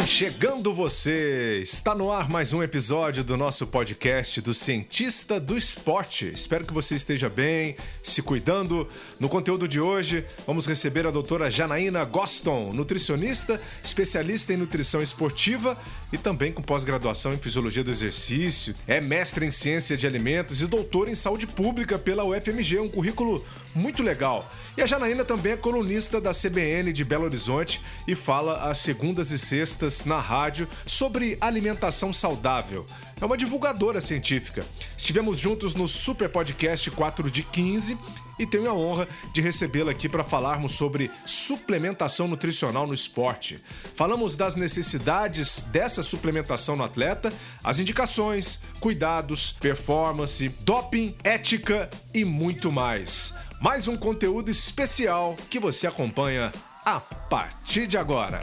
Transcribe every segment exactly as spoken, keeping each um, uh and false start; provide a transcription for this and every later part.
Chegando você! Está no ar mais um episódio do nosso podcast do Cientista do Esporte. Espero que você esteja bem, se cuidando. No conteúdo de hoje, vamos receber a doutora Janaína Goston, nutricionista, especialista em nutrição esportiva e também com pós-graduação em Fisiologia do Exercício. É mestre em Ciência de Alimentos e doutora em Saúde Pública pela U F M G, um currículo muito legal. E a Janaína também é colunista da C B N de Belo Horizonte e fala às segundas e sextas na rádio sobre alimentação saudável. É uma divulgadora científica. Estivemos juntos no Super Podcast quatro de quinze e tenho a honra de recebê-la aqui para falarmos sobre suplementação nutricional no esporte. Falamos das necessidades dessa suplementação no atleta, as indicações, cuidados, performance, doping, ética e muito mais. Mais um conteúdo especial que você acompanha a partir de agora.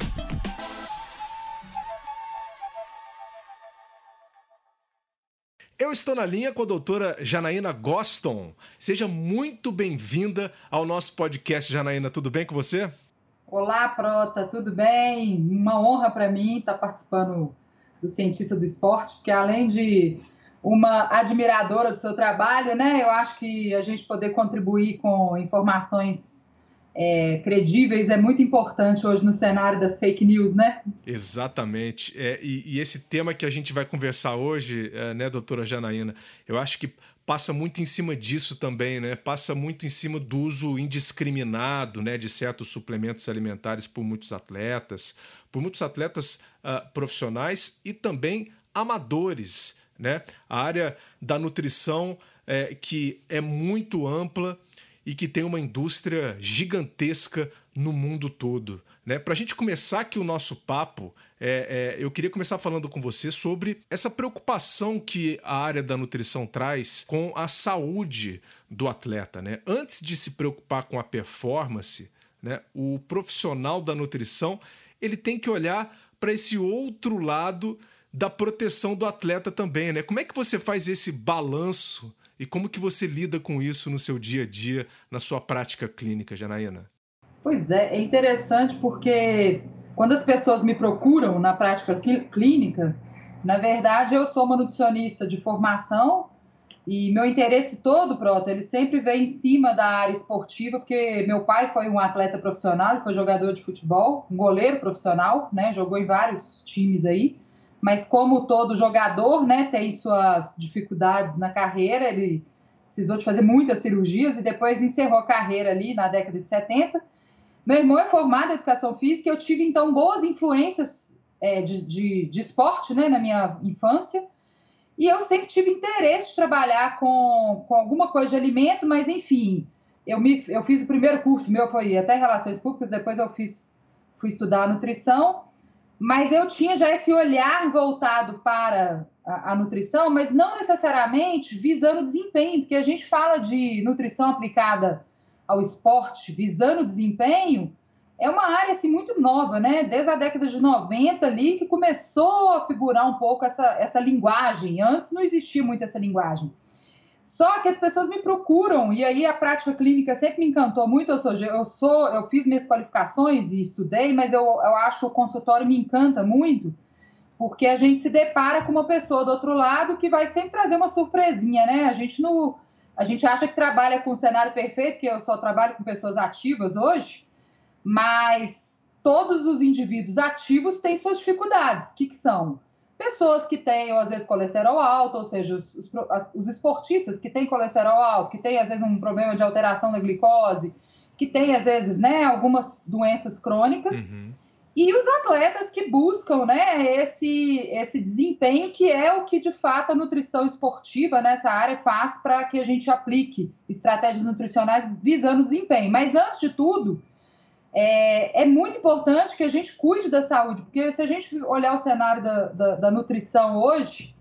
Eu estou na linha com a doutora Janaína Goston. Seja muito bem-vinda ao nosso podcast, Janaína. Tudo bem com você? Olá, Prota. Tudo bem? Uma honra para mim estar participando do Cientista do Esporte, porque além de uma admiradora do seu trabalho, né, eu acho que a gente poder contribuir com informações É, credíveis é muito importante hoje no cenário das fake news, né? Exatamente. É, e, e esse tema que a gente vai conversar hoje, é, né, doutora Janaína, eu acho que passa muito em cima disso também, né? Passa muito em cima do uso indiscriminado, né, de certos suplementos alimentares por muitos atletas, por muitos atletas uh, profissionais e também amadores, né? A área da nutrição é, que é muito ampla e que tem uma indústria gigantesca no mundo todo, né? Para a gente começar aqui o nosso papo, é, é, eu queria começar falando com você sobre essa preocupação que a área da nutrição traz com a saúde do atleta, né? Antes de se preocupar com a performance, né, o profissional da nutrição ele tem que olhar para esse outro lado da proteção do atleta também, né? Como é que você faz esse balanço? E como que você lida com isso no seu dia a dia, na sua prática clínica, Janaína? Pois é, é interessante porque quando as pessoas me procuram na prática clínica, na verdade eu sou uma nutricionista de formação e meu interesse todo, Prota, ele sempre vem em cima da área esportiva, porque meu pai foi um atleta profissional, foi jogador de futebol, um goleiro profissional, né, jogou em vários times aí. Mas como todo jogador, né, tem suas dificuldades na carreira, ele precisou de fazer muitas cirurgias e depois encerrou a carreira ali na década de setenta. Meu irmão é formado em educação física e eu tive, então, boas influências é, de, de, de esporte, né, na minha infância. E eu sempre tive interesse de trabalhar com, com alguma coisa de alimento, mas, enfim, eu, me, eu fiz o primeiro curso meu, foi até Relações Públicas, depois eu fiz, fui estudar nutrição. Mas eu tinha já esse olhar voltado para a, a nutrição, mas não necessariamente visando desempenho, porque a gente fala de nutrição aplicada ao esporte, visando desempenho, é uma área assim, muito nova, né? Desde a década de noventa ali que começou a figurar um pouco essa, essa linguagem. Antes não existia muito essa linguagem. Só que as pessoas me procuram, e aí a prática clínica sempre me encantou muito. Eu sou, eu sou, eu fiz minhas qualificações e estudei, mas eu, eu acho que o consultório me encanta muito, porque a gente se depara com uma pessoa do outro lado que vai sempre trazer uma surpresinha, né? A gente, não, a gente acha que trabalha com um cenário perfeito, que eu só trabalho com pessoas ativas hoje, mas todos os indivíduos ativos têm suas dificuldades. O que, que são? Pessoas que têm, às vezes, colesterol alto, ou seja, os, os, os esportistas que têm colesterol alto, que têm, às vezes, um problema de alteração da glicose, que têm, às vezes, né, algumas doenças crônicas, uhum. E os atletas que buscam, né, esse, esse desempenho, que é o que, de fato, a nutrição esportiva nessa área faz para que a gente aplique estratégias nutricionais visando desempenho. Mas, antes de tudo, É, é muito importante que a gente cuide da saúde, porque se a gente olhar o cenário da, da, da nutrição hoje,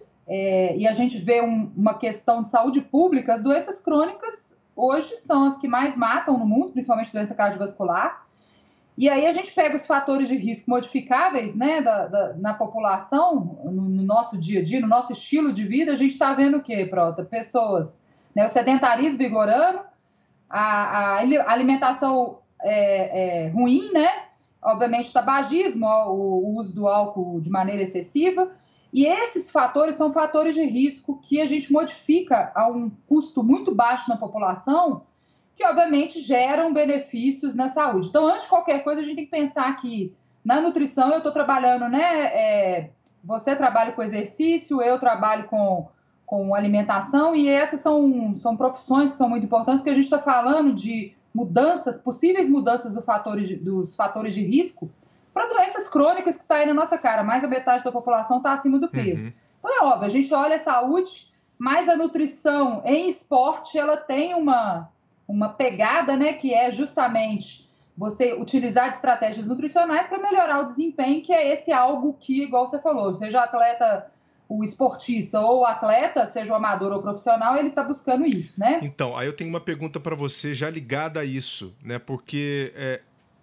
é, e a gente vê um, uma questão de saúde pública, as doenças crônicas hoje são as que mais matam no mundo, principalmente doença cardiovascular, e aí a gente pega os fatores de risco modificáveis, né, da, da, na população, no, no nosso dia a dia, no nosso estilo de vida, a gente está vendo o quê, Prota? Pessoas, né, o sedentarismo vigorando, a, a alimentação É, é, ruim, né? obviamente, o tabagismo, o uso do álcool de maneira excessiva. E esses fatores são fatores de risco que a gente modifica a um custo muito baixo na população, que obviamente geram benefícios na saúde. Então, antes de qualquer coisa, a gente tem que pensar que na nutrição eu estou trabalhando, né? É, você trabalha com exercício, eu trabalho com, com alimentação, e essas são, são profissões que são muito importantes, porque a gente está falando de mudanças, possíveis mudanças do fatores de, dos fatores de risco para doenças crônicas que estão aí na nossa cara. Mais da metade da população está acima do peso. Uhum. Então é óbvio, a gente olha a saúde, mas a nutrição em esporte, ela tem uma, uma pegada, né, que é justamente você utilizar de estratégias nutricionais para melhorar o desempenho, que é esse algo que, igual você falou, seja o atleta, o esportista ou o atleta, seja o amador ou o profissional, ele está buscando isso, né? Então, aí eu tenho uma pergunta para você já ligada a isso, né? Porque é,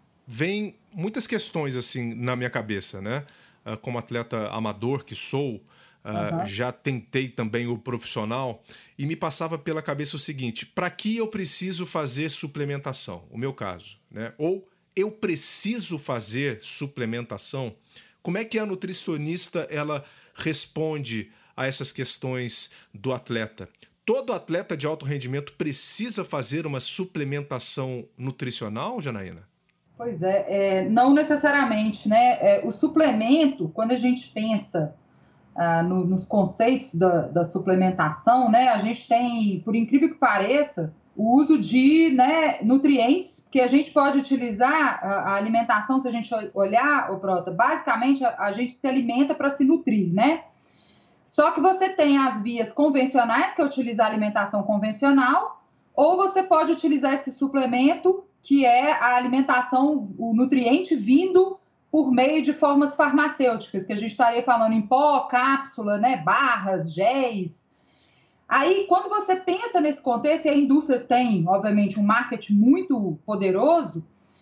vem muitas questões assim na minha cabeça, né? Uh, como atleta amador que sou, uh, uhum. já tentei também o profissional e me passava pela cabeça o seguinte: para que eu preciso fazer suplementação? O meu caso, né? Ou eu preciso fazer suplementação? Como é que a nutricionista ela responde a essas questões do atleta? Todo atleta de alto rendimento precisa fazer uma suplementação nutricional, Janaína? Pois é, é, não necessariamente, né? É, o suplemento, quando a gente pensa ah, no, nos conceitos da, da suplementação, né? A gente tem, por incrível que pareça, o uso de, né, nutrientes que a gente pode utilizar. A, a alimentação, se a gente olhar, ô Prota, basicamente a, a gente se alimenta para se nutrir, né? Só que você tem as vias convencionais, que é utilizar a alimentação convencional, ou você pode utilizar esse suplemento, que é a alimentação, o nutriente vindo por meio de formas farmacêuticas, que a gente estaria falando em pó, cápsula, né, barras, géis. Aí, quando você pensa nesse contexto, e a indústria tem, obviamente, um marketing muito poderoso,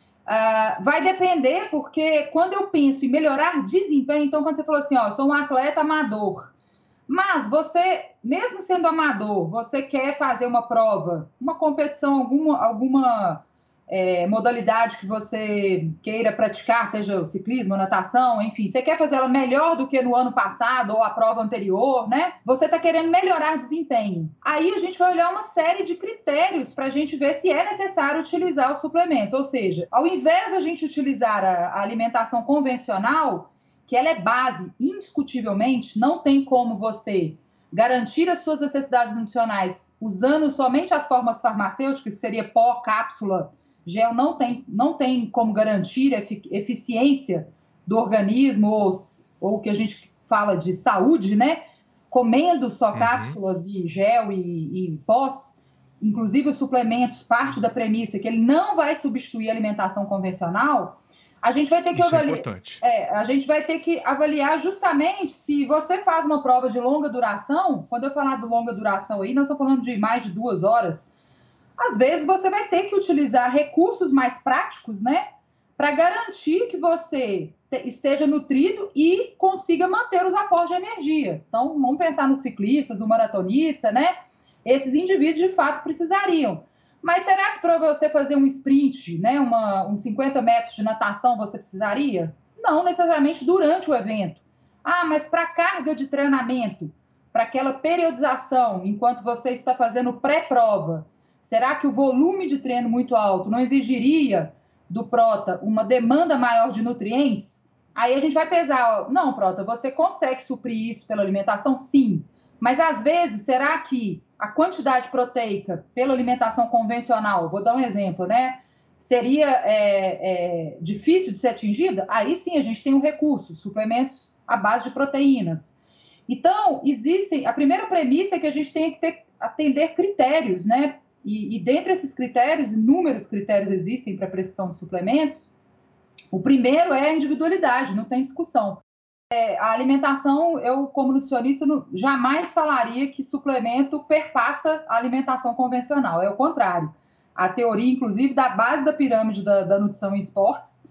uh, vai depender, porque quando eu penso em melhorar desempenho, então quando você falou assim, ó, eu sou um atleta amador, mas você, mesmo sendo amador, você quer fazer uma prova, uma competição, alguma, alguma é, modalidade que você queira praticar, seja o ciclismo, natação, enfim, você quer fazer ela melhor do que no ano passado ou a prova anterior, né? Você está querendo melhorar desempenho. Aí a gente vai olhar uma série de critérios para a gente ver se é necessário utilizar os suplementos. Ou seja, ao invés da gente utilizar a, a alimentação convencional, que ela é base, indiscutivelmente, não tem como você garantir as suas necessidades nutricionais usando somente as formas farmacêuticas, que seria pó, cápsula, gel, não tem, não tem como garantir a eficiência do organismo, ou, ou que a gente fala de saúde, né? Comendo só cápsulas uhum. e gel e, e pós, inclusive os suplementos, parte da premissa que ele não vai substituir a alimentação convencional. A gente vai ter que Isso avaliar. É importante. É, a gente vai ter que avaliar justamente se você faz uma prova de longa duração. Quando eu falar de longa duração aí, nós estamos falando de mais de duas horas. Às vezes você vai ter que utilizar recursos mais práticos, né? Para garantir que você te, esteja nutrido e consiga manter os aportes de energia. Então, vamos pensar nos ciclistas, no maratonista, né? Esses indivíduos de fato precisariam. Mas será que para você fazer um sprint, né, uma, uns cinquenta metros de natação, você precisaria? Não necessariamente durante o evento. Ah, mas para carga de treinamento, para aquela periodização, enquanto você está fazendo pré-prova, será que o volume de treino muito alto não exigiria do Prota uma demanda maior de nutrientes? Aí a gente vai pesar, não, Prota, você consegue suprir isso pela alimentação? Sim. Mas às vezes, será que a quantidade proteica pela alimentação convencional, vou dar um exemplo, né? Seria é, é, difícil de ser atingida? Aí sim a gente tem um recurso, suplementos à base de proteínas. Então, existem. A primeira premissa é que a gente tem que ter, atender critérios, né? E, e dentre esses critérios, inúmeros critérios existem para a prescrição de suplementos. O primeiro é a individualidade, não tem discussão. É, a alimentação, eu como nutricionista não, jamais falaria que suplemento perpassa a alimentação convencional, é o contrário. A teoria, inclusive, da base da pirâmide da, da nutrição em esportes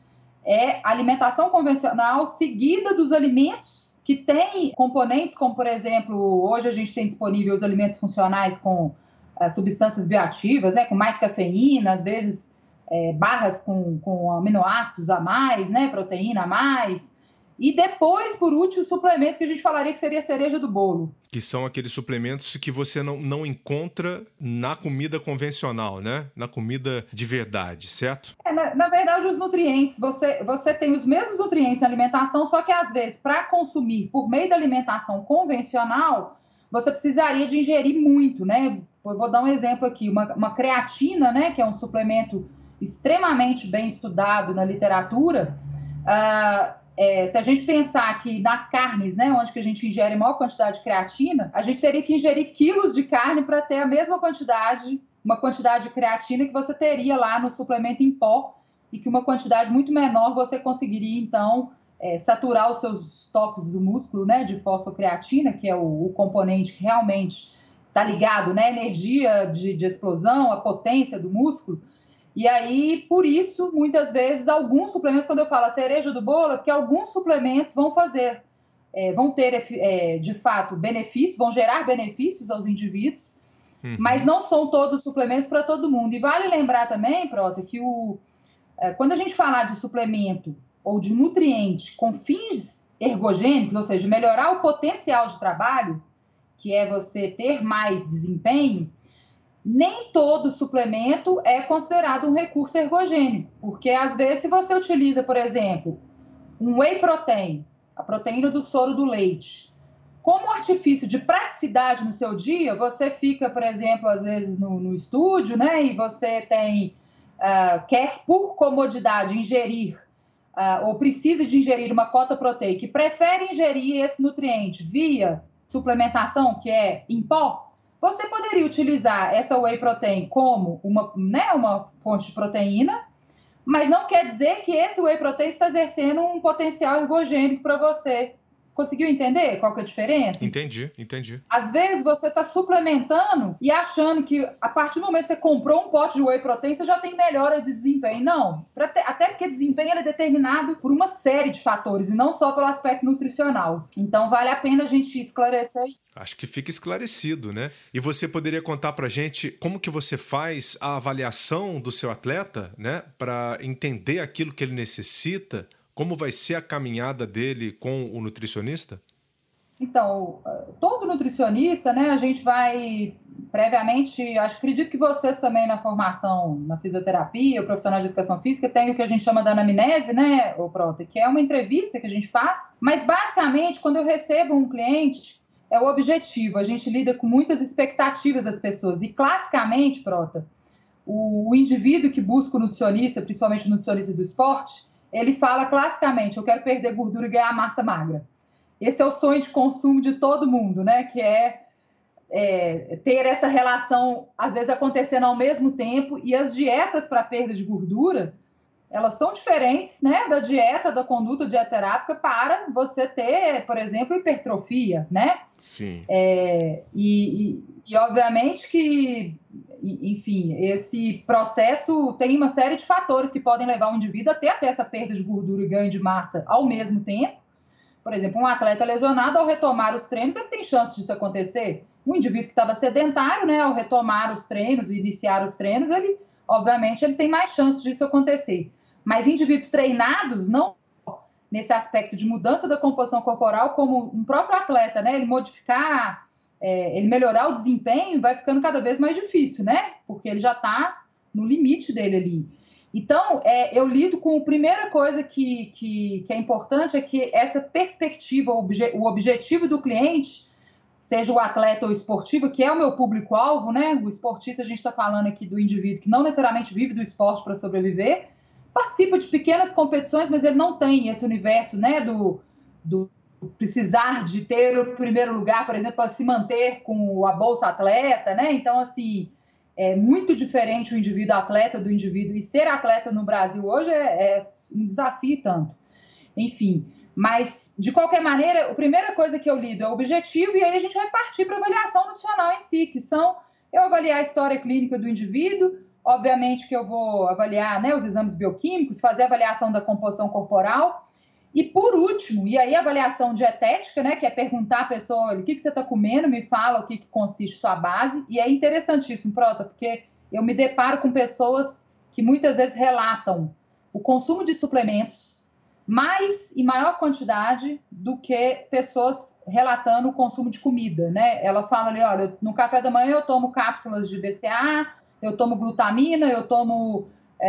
é alimentação convencional seguida dos alimentos que têm componentes como, por exemplo, hoje a gente tem disponível os alimentos funcionais com uh, substâncias bioativas, né, com mais cafeína, às vezes é, barras com, com aminoácidos a mais, né, proteína a mais. E depois, por último, os suplementos que a gente falaria que seria a cereja do bolo. Que são aqueles suplementos que você não, não encontra na comida convencional, né? Na comida de verdade, certo? É, na, na verdade, os nutrientes, você, você tem os mesmos nutrientes na alimentação, só que às vezes, para consumir por meio da alimentação convencional, você precisaria de ingerir muito, né? Eu vou dar um exemplo aqui, uma, uma creatina, né? Que é um suplemento extremamente bem estudado na literatura. Uh, É, se a gente pensar que nas carnes, né, onde que a gente ingere maior quantidade de creatina, a gente teria que ingerir quilos de carne para ter a mesma quantidade, uma quantidade de creatina que você teria lá no suplemento em pó, e que uma quantidade muito menor você conseguiria, então, é, saturar os seus estoques do músculo, né, de fosfocreatina, que é o, o componente que realmente está ligado, né, energia de, de explosão, a potência do músculo. E aí, por isso, muitas vezes, alguns suplementos, quando eu falo a cereja do bolo, é porque alguns suplementos vão fazer, é, vão ter, é, de fato, benefícios, vão gerar benefícios aos indivíduos, uhum. Mas não são todos os suplementos para todo mundo. E vale lembrar também, Prota, que o, é, quando a gente falar de suplemento ou de nutriente com fins ergogênicos, ou seja, melhorar o potencial de trabalho, que é você ter mais desempenho, nem todo suplemento é considerado um recurso ergogênico, porque às vezes se você utiliza, por exemplo, um whey protein, a proteína do soro do leite, como artifício de praticidade no seu dia, você fica, por exemplo, às vezes no, no estúdio, né, e você tem, uh, quer por comodidade ingerir, uh, ou precisa de ingerir uma cota proteica, e prefere ingerir esse nutriente via suplementação, que é em pó, você poderia utilizar essa whey protein como uma, né, uma fonte de proteína, mas não quer dizer que esse whey protein está exercendo um potencial ergogênico para você. Conseguiu entender qual que é a diferença? Entendi, entendi. Às vezes você está suplementando e achando que a partir do momento que você comprou um pote de whey protein, você já tem melhora de desempenho. Não, ter, até porque desempenho é determinado por uma série de fatores e não só pelo aspecto nutricional. Então vale a pena a gente esclarecer isso. Acho que fica esclarecido, né? E você poderia contar pra gente como que você faz a avaliação do seu atleta, né? Para entender aquilo que ele necessita, como vai ser a caminhada dele com o nutricionista? Então, todo nutricionista, né, a gente vai previamente, acho, acredito que vocês também na formação, na fisioterapia, o profissional de educação física, tem o que a gente chama de anamnese, né, ô Prota, que é uma entrevista que a gente faz, mas basicamente, quando eu recebo um cliente, é o objetivo, a gente lida com muitas expectativas das pessoas, e classicamente, Prota, o, o indivíduo que busca o nutricionista, principalmente o nutricionista do esporte, ele fala classicamente, eu quero perder gordura e ganhar massa magra. Esse é o sonho de consumo de todo mundo, né? Que é, é ter essa relação, às vezes, acontecendo ao mesmo tempo. E as dietas para perda de gordura, elas são diferentes, né? Da dieta, da conduta dieterápica para você ter, por exemplo, hipertrofia, né? Sim. É, e, e, e, obviamente, que, enfim, esse processo tem uma série de fatores que podem levar o indivíduo até, até essa perda de gordura e ganho de massa ao mesmo tempo. Por exemplo, um atleta lesionado, ao retomar os treinos, ele tem chance disso acontecer. Um indivíduo que estava sedentário, né, ao retomar os treinos e iniciar os treinos, ele, obviamente, ele tem mais chance disso acontecer. Mas indivíduos treinados, não nesse aspecto de mudança da composição corporal, como um próprio atleta, né, ele modificar, é, ele melhorar o desempenho, vai ficando cada vez mais difícil, né, porque ele já está no limite dele ali. Então, é, eu lido com a primeira coisa que, que, que é importante é que essa perspectiva, o, obje, o objetivo do cliente, seja o atleta ou o esportivo, que é o meu público-alvo, né? O esportista, a gente está falando aqui do indivíduo que não necessariamente vive do esporte para sobreviver, participa de pequenas competições, mas ele não tem esse universo, né, do, do precisar de ter o primeiro lugar, por exemplo, para se manter com a Bolsa Atleta, né? Então, assim... É muito diferente o indivíduo atleta do indivíduo, e ser atleta no Brasil hoje é, é um desafio tanto. Enfim, mas de qualquer maneira, a primeira coisa que eu lido é o objetivo, e aí a gente vai partir para a avaliação nutricional em si, que são eu avaliar a história clínica do indivíduo, obviamente que eu vou avaliar, né, os exames bioquímicos, fazer a avaliação da composição corporal, e por último, e aí a avaliação dietética, né, que é perguntar à pessoa, olha, o que, que você está comendo, me fala o que, que consiste sua base, e é interessantíssimo, Prota, porque eu me deparo com pessoas que muitas vezes relatam o consumo de suplementos mais e maior quantidade do que pessoas relatando o consumo de comida, né? Ela fala ali, olha, no café da manhã eu tomo cápsulas de B C A A, eu tomo glutamina, eu tomo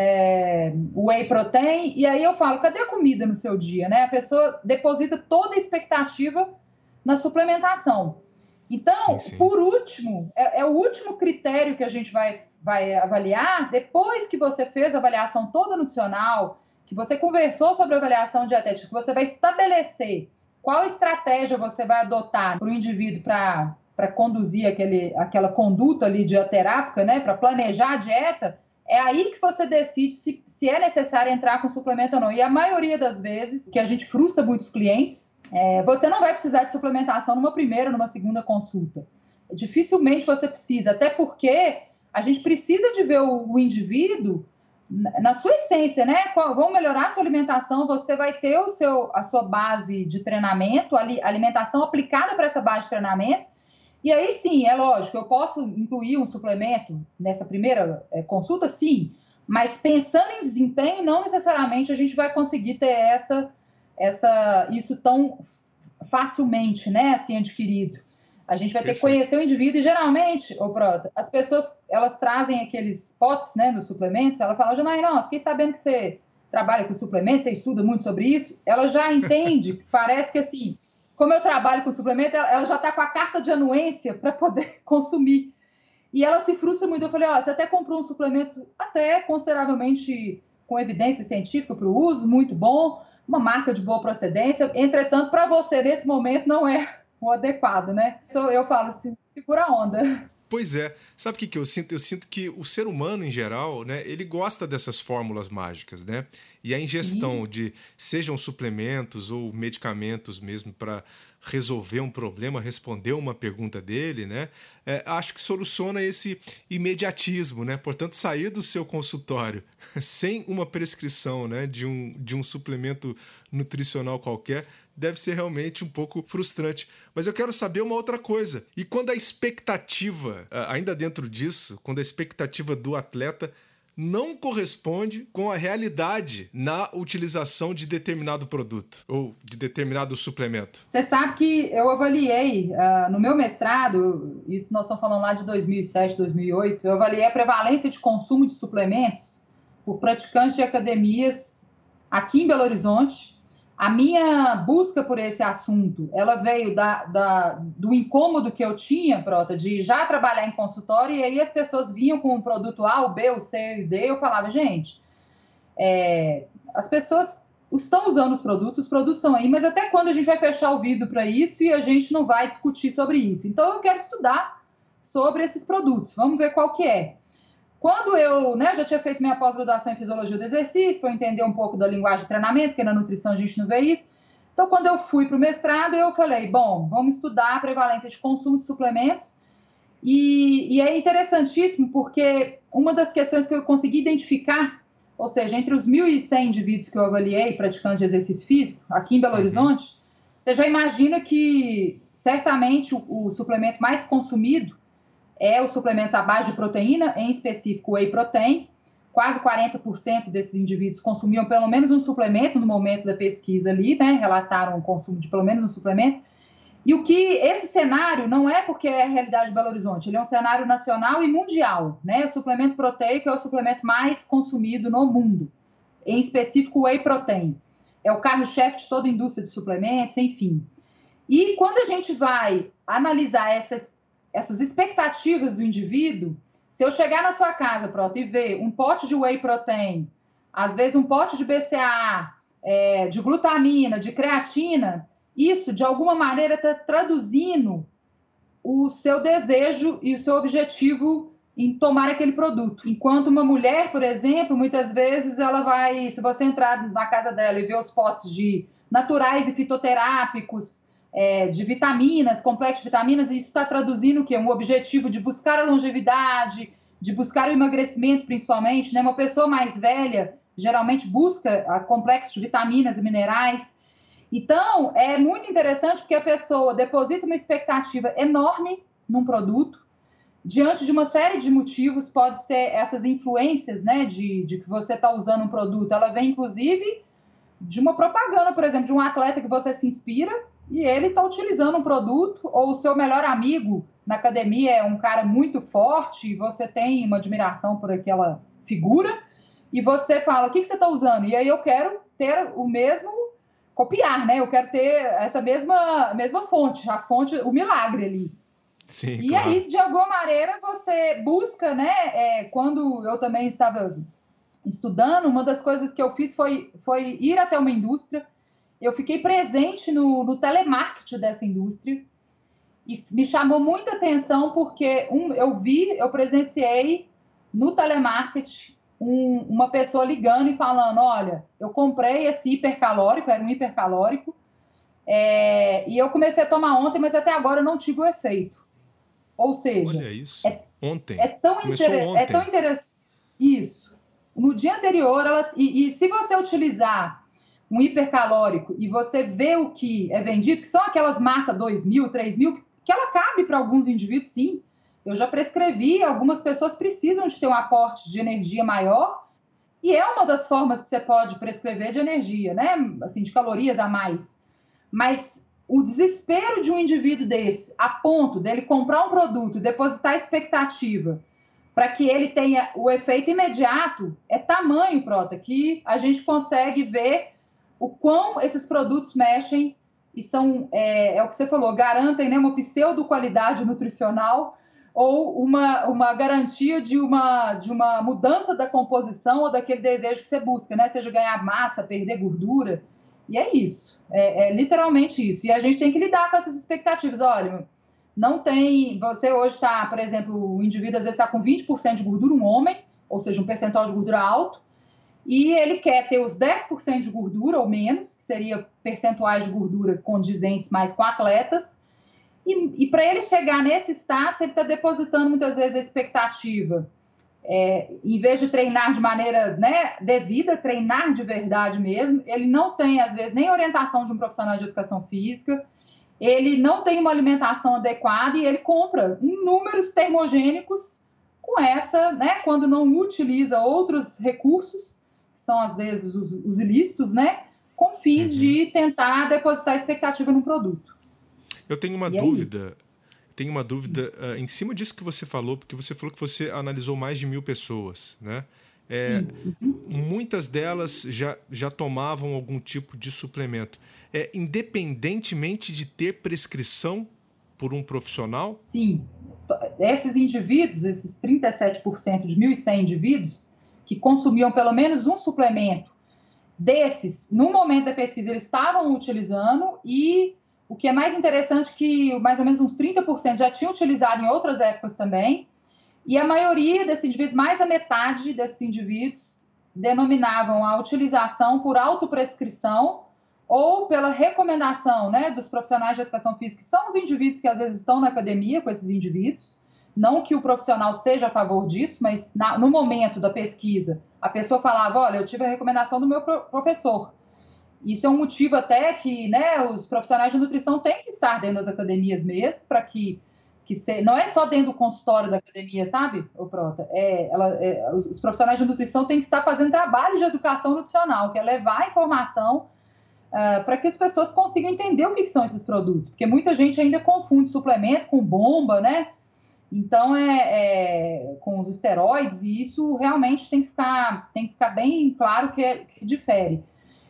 é, whey protein, e aí eu falo, cadê a comida no seu dia, né? A pessoa deposita toda a expectativa na suplementação. Então, sim, sim. por último, é, é o último critério que a gente vai, vai avaliar, depois que você fez a avaliação toda nutricional, que você conversou sobre a avaliação dietética, que você vai estabelecer qual estratégia você vai adotar para o indivíduo para para conduzir aquele, aquela conduta ali dieterápica, né, para planejar a dieta, é aí que você decide se, se é necessário entrar com suplemento ou não. E a maioria das vezes, que a gente frustra muitos clientes, é, você não vai precisar de suplementação numa primeira, numa segunda consulta. Dificilmente você precisa, até porque a gente precisa de ver o, o indivíduo na sua essência, né? Vão melhorar a sua alimentação, você vai ter o seu, a sua base de treinamento, a alimentação aplicada para essa base de treinamento. E aí sim, é lógico, eu posso incluir um suplemento nessa primeira é, consulta, sim, mas pensando em desempenho, não necessariamente a gente vai conseguir ter essa, essa, isso tão facilmente, né, assim, adquirido. A gente vai ter que conhecer o indivíduo e geralmente, ô Prota, as pessoas, elas trazem aqueles potes, né, dos suplementos, ela fala, Janaína, não, fiquei sabendo que você trabalha com suplementos, você estuda muito sobre isso, ela já entende, parece que assim, como eu trabalho com suplemento, ela já está com a carta de anuência para poder consumir. E ela se frustra muito. Eu falei, ó, você até comprou um suplemento até consideravelmente com evidência científica para o uso, muito bom, uma marca de boa procedência, entretanto, para você, nesse momento, não é o adequado, né? Eu falo assim, segura a onda. Pois é. Sabe o que, que eu sinto? Eu sinto que o ser humano, em geral, né, ele gosta dessas fórmulas mágicas, né? E a ingestão de, sejam suplementos ou medicamentos mesmo para resolver um problema, responder uma pergunta dele, né? É, acho que soluciona esse imediatismo, né? Portanto, sair do seu consultório sem uma prescrição, né, de um, de um suplemento nutricional qualquer deve ser realmente um pouco frustrante. Mas eu quero saber uma outra coisa. E quando a expectativa, ainda dentro disso, quando a expectativa do atleta não corresponde com a realidade na utilização de determinado produto ou de determinado suplemento? Você sabe que eu avaliei uh, no meu mestrado, isso nós estamos falando lá de dois mil e sete, dois mil e oito, eu avaliei a prevalência de consumo de suplementos por praticantes de academias aqui em Belo Horizonte. A minha busca por esse assunto, ela veio da, da, do incômodo que eu tinha, Prota, de já trabalhar em consultório, e aí as pessoas vinham com o produto A, o B, o C, o D, eu falava, gente, é, as pessoas estão usando os produtos, os produtos estão aí, mas até quando a gente vai fechar o vidro para isso e a gente não vai discutir sobre isso? Então eu quero estudar sobre esses produtos, vamos ver qual que é. Quando eu, né, já tinha feito minha pós-graduação em Fisiologia do Exercício, para entender um pouco da linguagem de treinamento, porque na nutrição a gente não vê isso. Então, quando eu fui para o mestrado, eu falei, bom, vamos estudar a prevalência de consumo de suplementos. E, e é interessantíssimo, porque uma das questões que eu consegui identificar, ou seja, entre os mil e cem indivíduos que eu avaliei, praticantes de exercício físico, aqui em Belo Horizonte, uhum. Você já imagina que, certamente, o, o suplemento mais consumido é os suplementos à base de proteína, em específico whey protein. Quase quarenta por cento desses indivíduos consumiam pelo menos um suplemento no momento da pesquisa ali, né? Relataram o consumo de pelo menos um suplemento. E o que esse cenário não é porque é a realidade de Belo Horizonte, ele é um cenário nacional e mundial, né? O suplemento proteico é o suplemento mais consumido no mundo, em específico o whey protein. É o carro-chefe de toda a indústria de suplementos, enfim. E quando a gente vai analisar essas essas expectativas do indivíduo, se eu chegar na sua casa, Prota, e ver um pote de whey protein, às vezes um pote de B C A A, é, de glutamina, de creatina, isso, de alguma maneira, está traduzindo o seu desejo e o seu objetivo em tomar aquele produto. Enquanto uma mulher, por exemplo, muitas vezes ela vai, se você entrar na casa dela e ver os potes de naturais e fitoterápicos, É, de vitaminas, complexo de vitaminas, e isso está traduzindo o quê? Um objetivo de buscar a longevidade, de buscar o emagrecimento, principalmente, né? Uma pessoa mais velha, geralmente busca a complexo de vitaminas e minerais. Então, é muito interessante porque a pessoa deposita uma expectativa enorme num produto, diante de uma série de motivos, pode ser essas influências, né, de, de que você está usando um produto, ela vem, inclusive, de uma propaganda, por exemplo, de um atleta que você se inspira e ele está utilizando um produto, ou o seu melhor amigo na academia é um cara muito forte e você tem uma admiração por aquela figura e você fala, o que, que você está usando? E aí eu quero ter o mesmo, copiar, né? Eu quero ter essa mesma, mesma fonte, a fonte, o milagre ali. Sim, e claro. aí, de alguma maneira, você busca, né? É, quando eu também estava estudando, uma das coisas que eu fiz foi, foi ir até uma indústria. Eu fiquei presente no, no telemarketing dessa indústria e me chamou muita atenção porque um, eu vi, eu presenciei no telemarketing um, uma pessoa ligando e falando, olha, eu comprei esse hipercalórico, era um hipercalórico, é, e eu comecei a tomar ontem, mas até agora eu não tive o efeito. Ou seja, olha isso, é, ontem. É tão, Começou inter... ontem. é tão interessante. Isso. No dia anterior, ela... e, e se você utilizar um hipercalórico e você vê o que é vendido, que são aquelas massas dois mil, três mil, que ela cabe para alguns indivíduos, sim. Eu já prescrevi, algumas pessoas precisam de ter um aporte de energia maior, e é uma das formas que você pode prescrever de energia, né? Assim, de calorias a mais. Mas o desespero de um indivíduo desse, a ponto dele comprar um produto, depositar expectativa para que ele tenha o efeito imediato, é tamanho, Prota, que a gente consegue ver o quão esses produtos mexem e são, é, é o que você falou, garantem, né, uma pseudo-qualidade nutricional ou uma, uma garantia de uma, de uma mudança da composição ou daquele desejo que você busca, né? Seja ganhar massa, perder gordura. E é isso, é, é literalmente isso. E a gente tem que lidar com essas expectativas. Olha, não tem... Você hoje está, por exemplo, o indivíduo às vezes está com vinte por cento de gordura, um homem, ou seja, um percentual de gordura alto, e ele quer ter os dez por cento de gordura ou menos, que seria percentuais de gordura condizentes mais com atletas, e, e para ele chegar nesse status, ele está depositando muitas vezes a expectativa. É, em vez de treinar de maneira, né, devida, treinar de verdade mesmo, ele não tem, às vezes, nem orientação de um profissional de educação física, ele não tem uma alimentação adequada e ele compra inúmeros termogênicos com essa, né, quando não utiliza outros recursos, que são, às vezes, os, os ilícitos, né, com fins uhum. de tentar depositar expectativa no produto. Eu tenho uma e dúvida... É Tenho uma dúvida uh, em cima disso que você falou, porque você falou que você analisou mais de mil pessoas, né? É, uhum. Muitas delas já, já tomavam algum tipo de suplemento. É, independentemente de ter prescrição por um profissional? Sim. Esses indivíduos, esses trinta e sete por cento de mil e cem indivíduos que consumiam pelo menos um suplemento, desses, no momento da pesquisa, eles estavam utilizando e... O que é mais interessante é que mais ou menos uns trinta por cento já tinham utilizado em outras épocas também, e a maioria desses indivíduos, mais da metade desses indivíduos, denominavam a utilização por autoprescrição ou pela recomendação, né, dos profissionais de educação física, que são os indivíduos que às vezes estão na academia com esses indivíduos, não que o profissional seja a favor disso, mas na, no momento da pesquisa, a pessoa falava, olha, eu tive a recomendação do meu pro- professor. Isso é um motivo até que, né, os profissionais de nutrição têm que estar dentro das academias mesmo, para que, que se, não é só dentro do consultório da academia, sabe, ô Prota? É, ela, é, os, os profissionais de nutrição têm que estar fazendo trabalho de educação nutricional, que é levar a informação uh, para que as pessoas consigam entender o que, que são esses produtos, porque muita gente ainda confunde suplemento com bomba, né? Então, é, é com os esteroides, e isso realmente tem que ficar, tem que ficar bem claro que, é, que difere.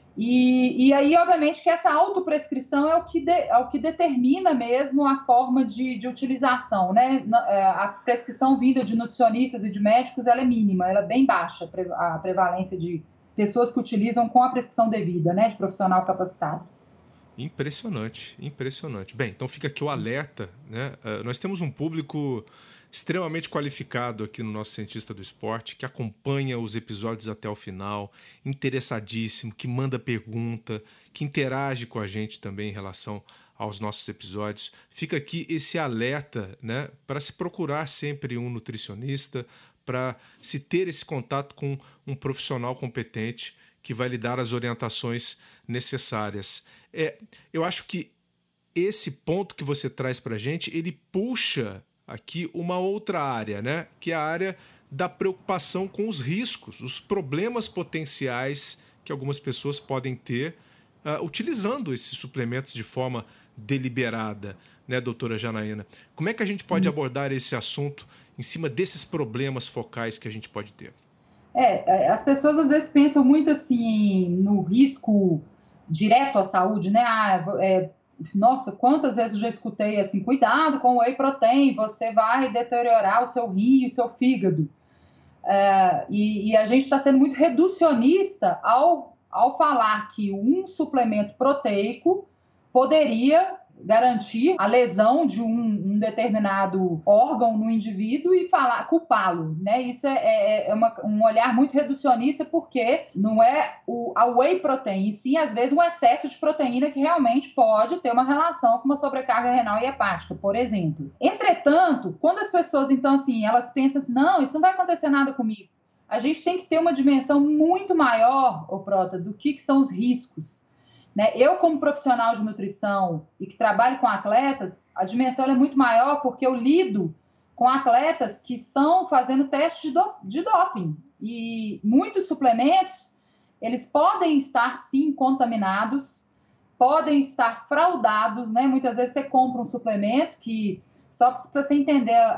E, e aí, obviamente, que essa autoprescrição é o que, de, é o que determina mesmo a forma de, de utilização, né? A prescrição vinda de nutricionistas e de médicos, ela é mínima, ela é bem baixa, a prevalência de pessoas que utilizam com a prescrição devida, né? De profissional capacitado. Impressionante, impressionante. Bem, então fica aqui o alerta, né? Uh, nós temos um público extremamente qualificado aqui no nosso Cientista do Esporte, que acompanha os episódios até o final, interessadíssimo, que manda pergunta, que interage com a gente também em relação aos nossos episódios. Fica aqui esse alerta, né, para se procurar sempre um nutricionista, para se ter esse contato com um profissional competente que vai lhe dar as orientações necessárias. É, eu acho que esse ponto que você traz para a gente, ele puxa aqui uma outra área, né? Que é a área da preocupação com os riscos, os problemas potenciais que algumas pessoas podem ter uh, utilizando esses suplementos de forma deliberada, né, doutora Janaína? Como é que a gente pode hum. abordar esse assunto em cima desses problemas focais que a gente pode ter? É, as pessoas às vezes pensam muito assim no risco direto à saúde, né? Ah, é, nossa, quantas vezes eu já escutei assim, cuidado com o whey protein, você vai deteriorar o seu rim, o seu fígado. É, e, e a gente está sendo muito reducionista ao, ao falar que um suplemento proteico poderia garantir a lesão de um, um determinado órgão no indivíduo e falar, culpá-lo, né? Isso é, é, é uma, um olhar muito reducionista, porque não é o, a whey protein, e sim, às vezes, um excesso de proteína que realmente pode ter uma relação com uma sobrecarga renal e hepática, por exemplo. Entretanto, quando as pessoas, então, assim, elas pensam assim, não, isso não vai acontecer nada comigo, a gente tem que ter uma dimensão muito maior, ô Prota, do que, que são os riscos. Né? Eu, como profissional de nutrição e que trabalho com atletas, a dimensão é muito maior porque eu lido com atletas que estão fazendo testes de, do, de doping. E muitos suplementos, eles podem estar, sim, contaminados, podem estar fraudados, né? Muitas vezes você compra um suplemento que, só para você entender a,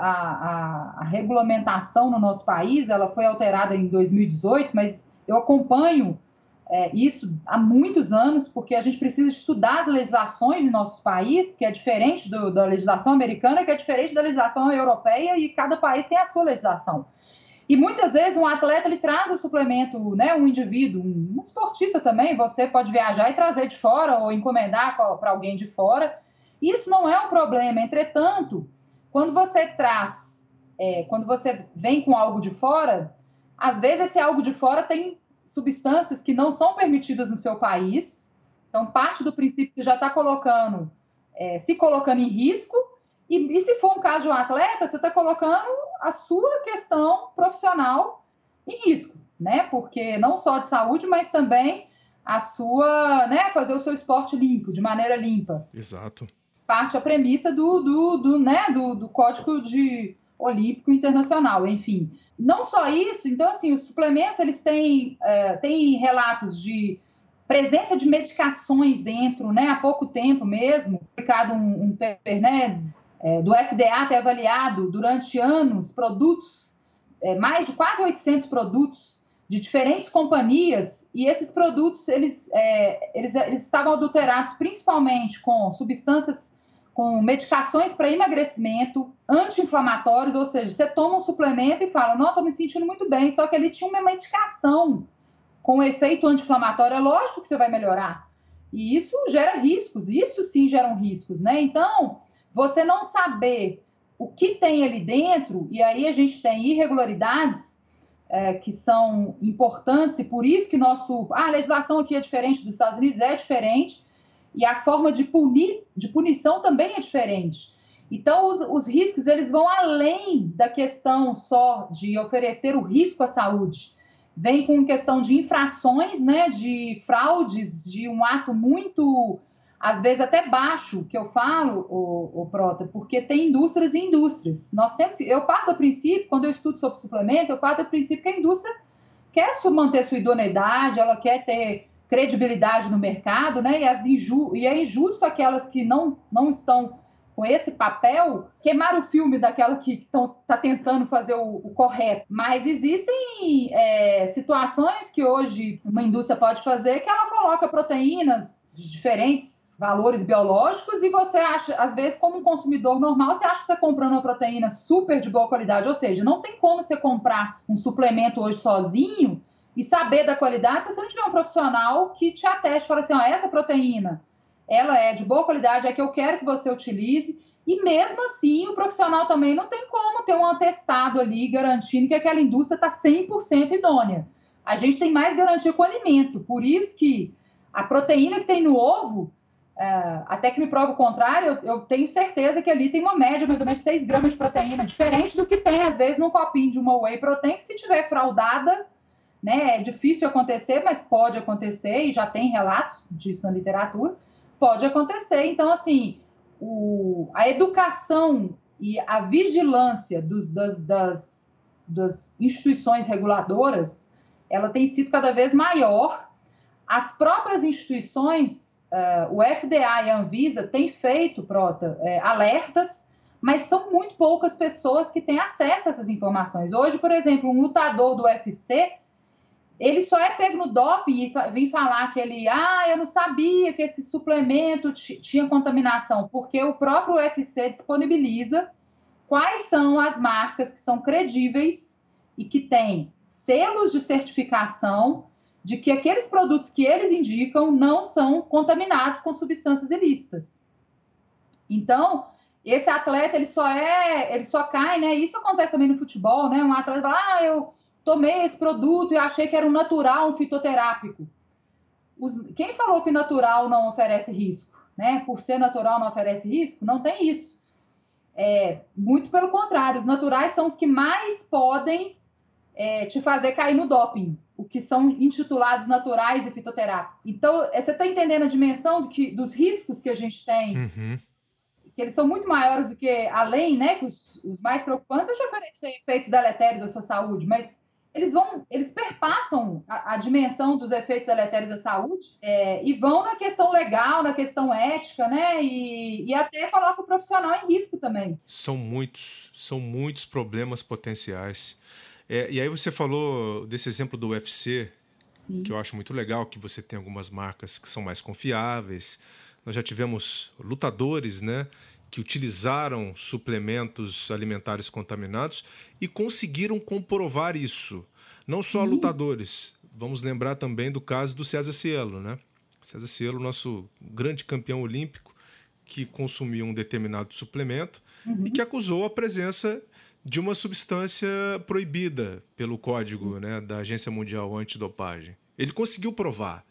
a, a regulamentação no nosso país, ela foi alterada em dois mil e dezoito, mas eu acompanho É, isso há muitos anos, porque a gente precisa estudar as legislações em nosso país, que é diferente do, da legislação americana, que é diferente da legislação europeia, e cada país tem a sua legislação. E muitas vezes um atleta ele traz o suplemento, né, um indivíduo, um, um esportista também, você pode viajar e trazer de fora ou encomendar para alguém de fora. Isso não é um problema. Entretanto, quando você traz, é, quando você vem com algo de fora, às vezes esse algo de fora tem substâncias que não são permitidas no seu país. Então, parte do princípio que você já está colocando, é, se colocando em risco, e, e se for um caso de um atleta, você está colocando a sua questão profissional em risco, né? Porque não só de saúde, mas também a sua, né, fazer o seu esporte limpo, de maneira limpa. Exato. Parte a premissa do, do, do, né, do, do Código de Olímpico Internacional, enfim. Não só isso, então, assim, os suplementos, eles têm, é, têm relatos de presença de medicações dentro, né, há pouco tempo mesmo, publicado um, um paper, né, é, do F D A ter avaliado durante anos produtos, é, mais de quase oitocentos produtos de diferentes companhias, e esses produtos, eles, é, eles, eles estavam adulterados principalmente com substâncias, com medicações para emagrecimento, anti-inflamatórios, ou seja, você toma um suplemento e fala, não, estou me sentindo muito bem, só que ali tinha uma medicação com efeito anti-inflamatório, é lógico que você vai melhorar. E isso gera riscos, isso sim geram riscos, né? Então, você não saber o que tem ali dentro, e aí a gente tem irregularidades é, que são importantes, e por isso que nosso, ah, a legislação aqui é diferente dos Estados Unidos, é diferente, e a forma de punir, de punição também é diferente. Então, os, os riscos, eles vão além da questão só de oferecer o risco à saúde. Vem com questão de infrações, né, de fraudes, de um ato muito, às vezes até baixo, que eu falo, o, o Prota, porque tem indústrias e indústrias. Nós temos, eu parto do princípio, quando eu estudo sobre suplemento, eu parto do princípio que a indústria quer manter sua idoneidade, ela quer ter credibilidade no mercado, né? E, as inju- e é injusto aquelas que não, não estão com esse papel queimar o filme daquela que está tentando fazer o, o correto. Mas existem é, situações que hoje uma indústria pode fazer que ela coloca proteínas de diferentes valores biológicos e você acha, às vezes, como um consumidor normal, você acha que está comprando uma proteína super de boa qualidade. Ou seja, não tem como você comprar um suplemento hoje sozinho e saber da qualidade se você não tiver um profissional que te ateste e fala assim, ó, essa proteína, ela é de boa qualidade, é que eu quero que você utilize, e mesmo assim o profissional também não tem como ter um atestado ali garantindo que aquela indústria está cem por cento idônea. A gente tem mais garantia com o alimento, por isso que a proteína que tem no ovo, uh, até que me prova o contrário, eu, eu tenho certeza que ali tem uma média mais ou menos seis gramas de proteína, diferente do que tem às vezes num copinho de uma whey protein, que se tiver fraudada, né, é difícil acontecer, mas pode acontecer, e já tem relatos disso na literatura, pode acontecer. Então, assim, o, a educação e a vigilância dos, das, das, das instituições reguladoras, ela tem sido cada vez maior. As próprias instituições, uh, o F D A e a Anvisa têm feito, Prota, é, alertas, mas são muito poucas pessoas que têm acesso a essas informações. Hoje, por exemplo, um lutador do U F C, ele só é pego no doping e vem falar que ele, ah, eu não sabia que esse suplemento tinha contaminação, porque o próprio U F C disponibiliza quais são as marcas que são credíveis e que têm selos de certificação de que aqueles produtos que eles indicam não são contaminados com substâncias ilícitas. Então, esse atleta, ele só é, ele só cai, né? Isso acontece também no futebol, né? Um atleta fala, ah, eu tomei esse produto e achei que era um natural, um fitoterápico. Os, quem falou que natural não oferece risco, né? Por ser natural não oferece risco? Não tem isso. É, muito pelo contrário, os naturais são os que mais podem é, te fazer cair no doping, o que são intitulados naturais e fitoterápicos. Então, você está entendendo a dimensão do que, dos riscos que a gente tem, uhum. que eles são muito maiores do que, além, né, que os, os mais preocupantes é de oferecer efeitos deletérios à sua saúde, mas eles vão, eles perpassam a, a dimensão dos efeitos deletérios à saúde é, e vão na questão legal, na questão ética, né, e, e até colocam o profissional em risco também. São muitos, são muitos problemas potenciais. É, e aí você falou desse exemplo do U F C, Sim. que eu acho muito legal, que você tem algumas marcas que são mais confiáveis. Nós já tivemos lutadores, né, que utilizaram suplementos alimentares contaminados e conseguiram comprovar isso. Não só Sim. lutadores. Vamos lembrar também do caso do César Cielo, né? César Cielo, nosso grande campeão olímpico, que consumiu um determinado suplemento uhum. e que acusou a presença de uma substância proibida pelo código, né, da Agência Mundial Antidopagem. Ele conseguiu provar.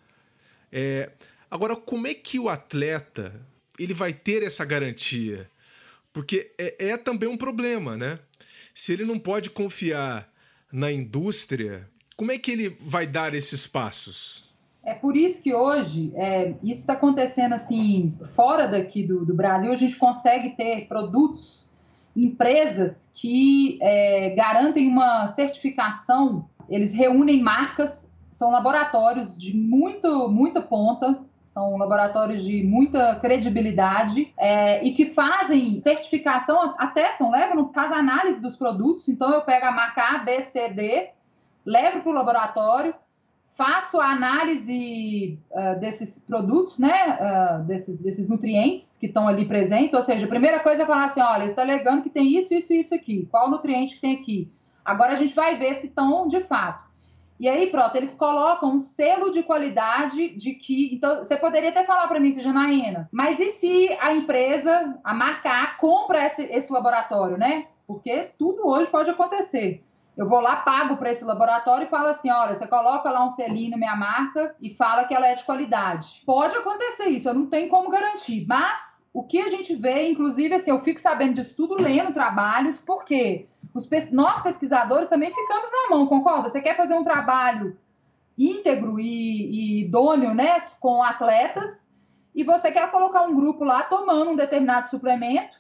É, agora, como é que o atleta ele vai ter essa garantia? Porque é, é também um problema, né? Se ele não pode confiar na indústria, como é que ele vai dar esses passos? É por isso que hoje, é, isso está acontecendo assim, fora daqui do, do Brasil, a gente consegue ter produtos, empresas que é, garantem uma certificação, eles reúnem marcas, são laboratórios de muito, muita ponta, são laboratórios de muita credibilidade é, e que fazem certificação, atestam, levam, fazem análise dos produtos. Então eu pego a marca A, B, C, D, levo para o laboratório, faço a análise uh, desses produtos, né, uh, desses, desses nutrientes que estão ali presentes, ou seja, a primeira coisa é falar assim, olha, está alegando que tem isso, isso e isso aqui, qual o nutriente que tem aqui? Agora a gente vai ver se estão de fato. E aí, pronto, eles colocam um selo de qualidade de que... Então, você poderia até falar para mim, Janaína, mas e se a empresa, a marca A, compra esse, esse laboratório, né? Porque tudo hoje pode acontecer. Eu vou lá, pago para esse laboratório e falo assim, olha, você coloca lá um selinho na minha marca e fala que ela é de qualidade. Pode acontecer isso, eu não tenho como garantir. Mas o que a gente vê, inclusive, assim, eu fico sabendo disso tudo lendo trabalhos, porque os, nós pesquisadores também ficamos na mão, concorda? Você quer fazer um trabalho íntegro e, e idôneo, né, com atletas, e você quer colocar um grupo lá tomando um determinado suplemento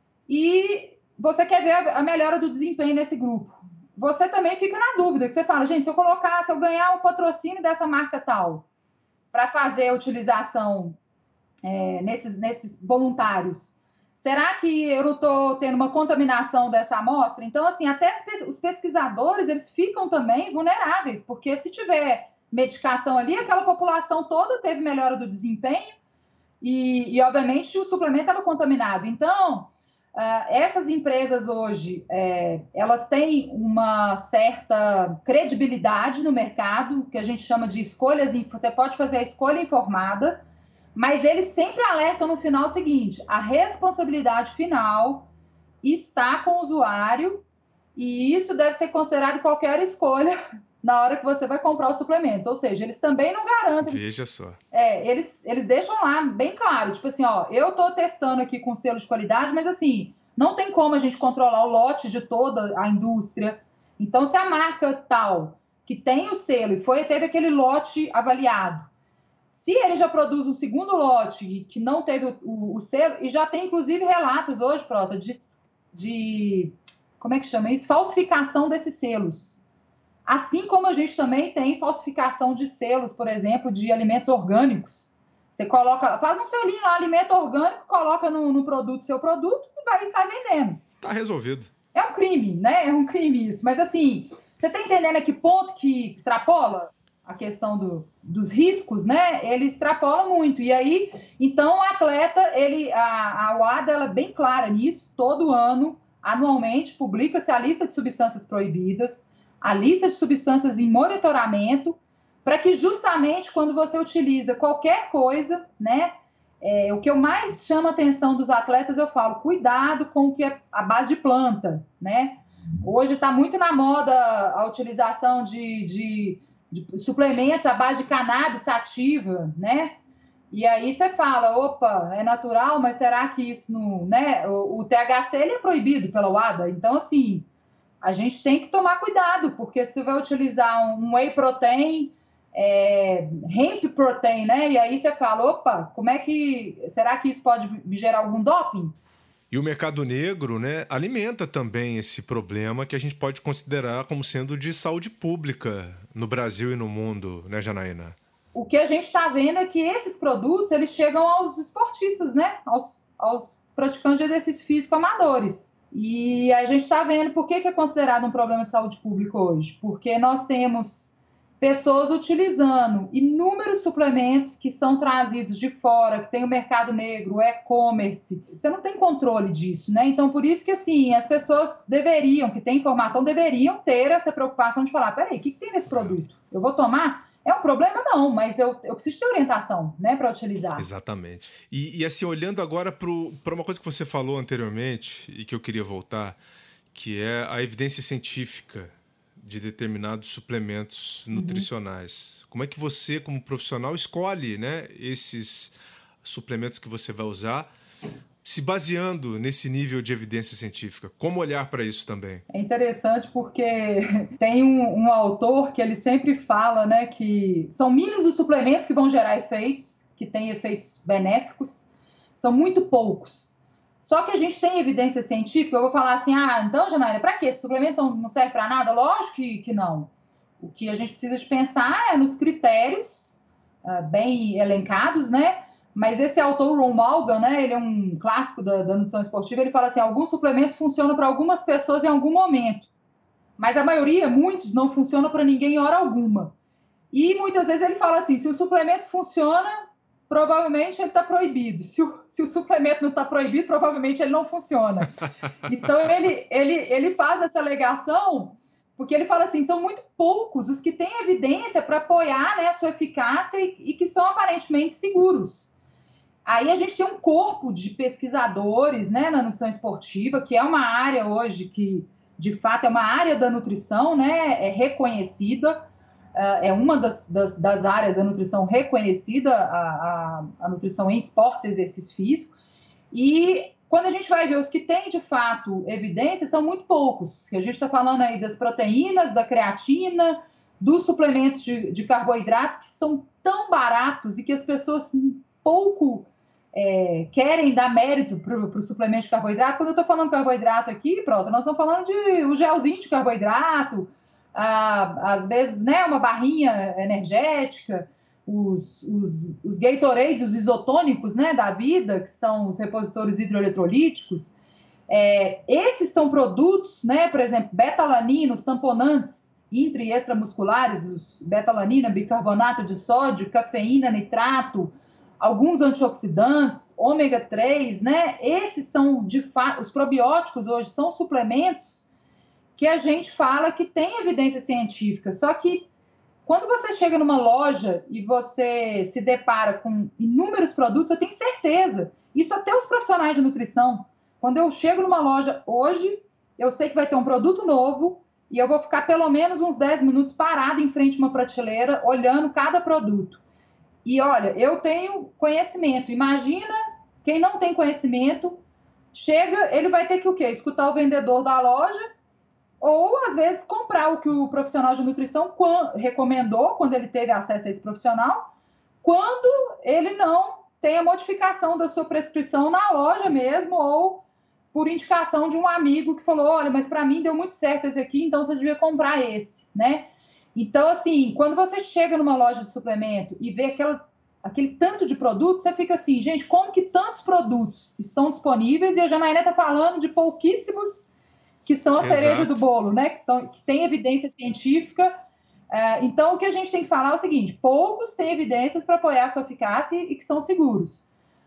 e você quer ver a, a melhora do desempenho nesse grupo. Você também fica na dúvida, que você fala, gente, se eu colocar, se eu ganhar um patrocínio dessa marca tal, para fazer a utilização é, nesses, nesses voluntários, será que eu não estou tendo uma contaminação dessa amostra? Então, assim, até os pesquisadores, eles ficam também vulneráveis, porque se tiver medicação ali, aquela população toda teve melhora do desempenho e, e obviamente, o suplemento estava contaminado. Então... Uh, essas empresas hoje, é, elas têm uma certa credibilidade no mercado, que a gente chama de escolhas, você pode fazer a escolha informada, mas eles sempre alertam no final o seguinte, a responsabilidade final está com o usuário e isso deve ser considerado em qualquer escolha na hora que você vai comprar os suplementos, ou seja, eles também não garantem... Veja só. É, eles, eles deixam lá bem claro, tipo assim, ó, eu tô testando aqui com selo de qualidade, mas assim, não tem como a gente controlar o lote de toda a indústria. Então, se a marca tal, que tem o selo e foi, teve aquele lote avaliado, se ele já produz um segundo lote que não teve o, o, o selo, e já tem inclusive relatos hoje, Prota, de de, como é que chama isso? Falsificação desses selos. Assim como a gente também tem falsificação de selos, por exemplo, de alimentos orgânicos. Você coloca, faz um selinho lá, alimento orgânico, coloca no, no produto, seu produto, e vai e sai vendendo. Tá resolvido. É um crime, né? É um crime isso. Mas assim, você tá entendendo a que ponto que extrapola a questão do, dos riscos, né? Ele extrapola muito. E aí, então o atleta, ele, a, a UADA, ela é bem clara nisso. Todo ano, anualmente, publica-se a lista de substâncias proibidas, a lista de substâncias em monitoramento, para que justamente quando você utiliza qualquer coisa, né? É, o que eu mais chamo a atenção dos atletas, eu falo, cuidado com o que é a base de planta, né? Hoje está muito na moda a utilização de, de, de suplementos à base de cannabis sativa, né? E aí você fala, opa, é natural, mas será que isso não, né? O, o T H C ele é proibido pela UADA, então assim, a gente tem que tomar cuidado, porque se vai utilizar um whey protein, é, hemp protein, né? E aí você fala, opa, como é que, será que isso pode gerar algum doping? E o mercado negro, né, alimenta também esse problema que a gente pode considerar como sendo de saúde pública no Brasil e no mundo, né, Janaína? O que a gente está vendo é que esses produtos, eles chegam aos esportistas, né? Aos, aos praticantes de exercício físico amadores. E a gente está vendo por que, que é considerado um problema de saúde pública hoje. Porque nós temos pessoas utilizando inúmeros suplementos que são trazidos de fora, que tem o mercado negro, o e-commerce. Você não tem controle disso, né? Então, por isso que, assim, as pessoas deveriam, que têm informação, deveriam ter essa preocupação de falar, peraí, o que, que tem nesse produto? Eu vou tomar? É um problema? Não, mas eu, eu preciso ter orientação, né, para utilizar. Exatamente. E, e assim, olhando agora para uma coisa que você falou anteriormente e que eu queria voltar, que é a evidência científica de determinados suplementos nutricionais. Uhum. Como é que você, como profissional, escolhe, né, esses suplementos que você vai usar, se baseando nesse nível de evidência científica? Como olhar para isso também? É interessante porque tem um, um autor que ele sempre fala, né, que são mínimos os suplementos que vão gerar efeitos, que têm efeitos benéficos, são muito poucos. Só que a gente tem evidência científica, eu vou falar assim, ah, então, Janaína, para quê? Esses suplementos não servem para nada? Lógico que, que não. O que a gente precisa de pensar é nos critérios uh, bem elencados, né? Mas esse autor, Ron Malgan, né, ele é um clássico da, da nutrição esportiva, ele fala assim, alguns suplementos funcionam para algumas pessoas em algum momento, mas a maioria, muitos, não funcionam para ninguém em hora alguma. E muitas vezes ele fala assim, se o suplemento funciona, provavelmente ele está proibido. Se o, se o suplemento não está proibido, provavelmente ele não funciona. Então, ele, ele, ele faz essa alegação, porque ele fala assim, são muito poucos os que têm evidência para apoiar, né, a sua eficácia e, e que são aparentemente seguros. Aí a gente tem um corpo de pesquisadores, né, na nutrição esportiva, que é uma área hoje que, de fato, é uma área da nutrição, né, é reconhecida, é uma das, das, das áreas da nutrição reconhecida, a, a, a nutrição em esportes e exercício físico. E quando a gente vai ver os que têm, de fato, evidência, são muito poucos. Que a gente está falando aí das proteínas, da creatina, dos suplementos de, de carboidratos, que são tão baratos e que as pessoas pouco é, querem dar mérito para o suplemento de carboidrato. Quando eu estou falando carboidrato aqui, pronto, nós estamos falando de o gelzinho de carboidrato, ah, às vezes, né, uma barrinha energética, os, os, os Gatorades, os isotônicos, né, da vida, que são os repositórios hidroeletrolíticos. É, esses são produtos, né, por exemplo, betalanina, os tamponantes intra- e extramusculares, os betalanina, bicarbonato de sódio, cafeína, nitrato, alguns antioxidantes, ômega três, né? Esses são, de fato, os probióticos hoje são suplementos que a gente fala que tem evidência científica, só que quando você chega numa loja e você se depara com inúmeros produtos, eu tenho certeza, isso até os profissionais de nutrição, quando eu chego numa loja hoje, eu sei que vai ter um produto novo e eu vou ficar pelo menos uns dez minutos parado em frente a uma prateleira, olhando cada produto. E olha, eu tenho conhecimento, imagina quem não tem conhecimento, chega, ele vai ter que o quê? Escutar o vendedor da loja, ou, às vezes, comprar o que o profissional de nutrição recomendou, quando ele teve acesso a esse profissional, quando ele não tem a modificação da sua prescrição na loja mesmo, ou por indicação de um amigo que falou, olha, mas para mim deu muito certo esse aqui, então você devia comprar esse, né? Então, assim, quando você chega numa loja de suplemento e vê aquela, aquele tanto de produtos, você fica assim, gente, como que tantos produtos estão disponíveis e a Janaína está falando de pouquíssimos que são a cereja do bolo, né? Que, tão, que tem evidência científica. É, então, o que a gente tem que falar é o seguinte, poucos têm evidências para apoiar a sua eficácia e que são seguros.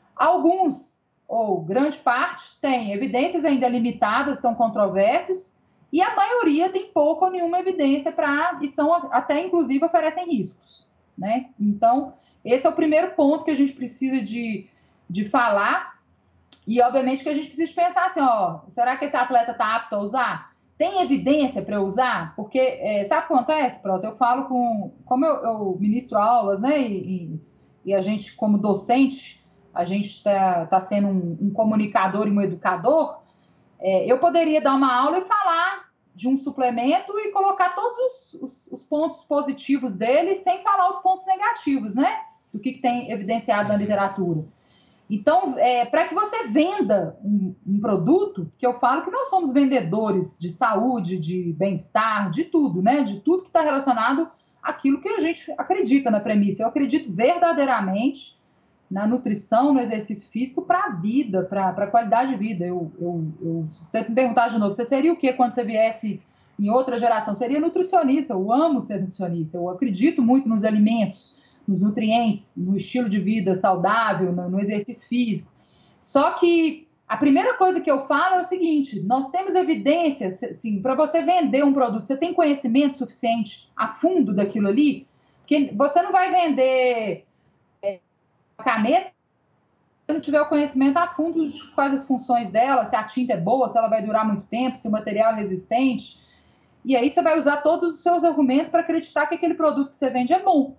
Alguns, ou grande parte, têm evidências ainda limitadas, são controversos, e a maioria tem pouca ou nenhuma evidência para, e são até, inclusive, oferecem riscos, né? Então, esse é o primeiro ponto que a gente precisa de, de falar, e, obviamente, que a gente precisa pensar assim, ó, será que esse atleta está apto a usar? Tem evidência para eu usar? Porque, é, sabe o que acontece, Pronto? Eu falo com, como eu, eu ministro aulas, né, e, e a gente, como docente, a gente está tá sendo um, um comunicador e um educador, é, eu poderia dar uma aula e falar de um suplemento e colocar todos os, os, os pontos positivos dele sem falar os pontos negativos, né? Do que, que tem evidenciado na literatura. Então, é, para que você venda um, um produto, que eu falo que nós somos vendedores de saúde, de bem-estar, de tudo, né? De tudo que está relacionado àquilo que a gente acredita na premissa. Eu acredito verdadeiramente na nutrição, no exercício físico para a vida, para a qualidade de vida. Eu, eu, eu, se você me perguntar de novo, você seria o quê quando você viesse em outra geração? Seria nutricionista. Eu amo ser nutricionista. Eu acredito muito nos alimentos, nos nutrientes, no estilo de vida saudável, no, no exercício físico. Só que a primeira coisa que eu falo é o seguinte, nós temos evidências, assim, para você vender um produto, você tem conhecimento suficiente a fundo daquilo ali? Porque você não vai vender é, caneta se não tiver o conhecimento a fundo de quais as funções dela, se a tinta é boa, se ela vai durar muito tempo, se o material é resistente. E aí você vai usar todos os seus argumentos para acreditar que aquele produto que você vende é bom.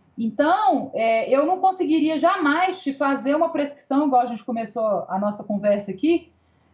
Então, é, eu não conseguiria jamais te fazer uma prescrição, igual a gente começou a nossa conversa aqui,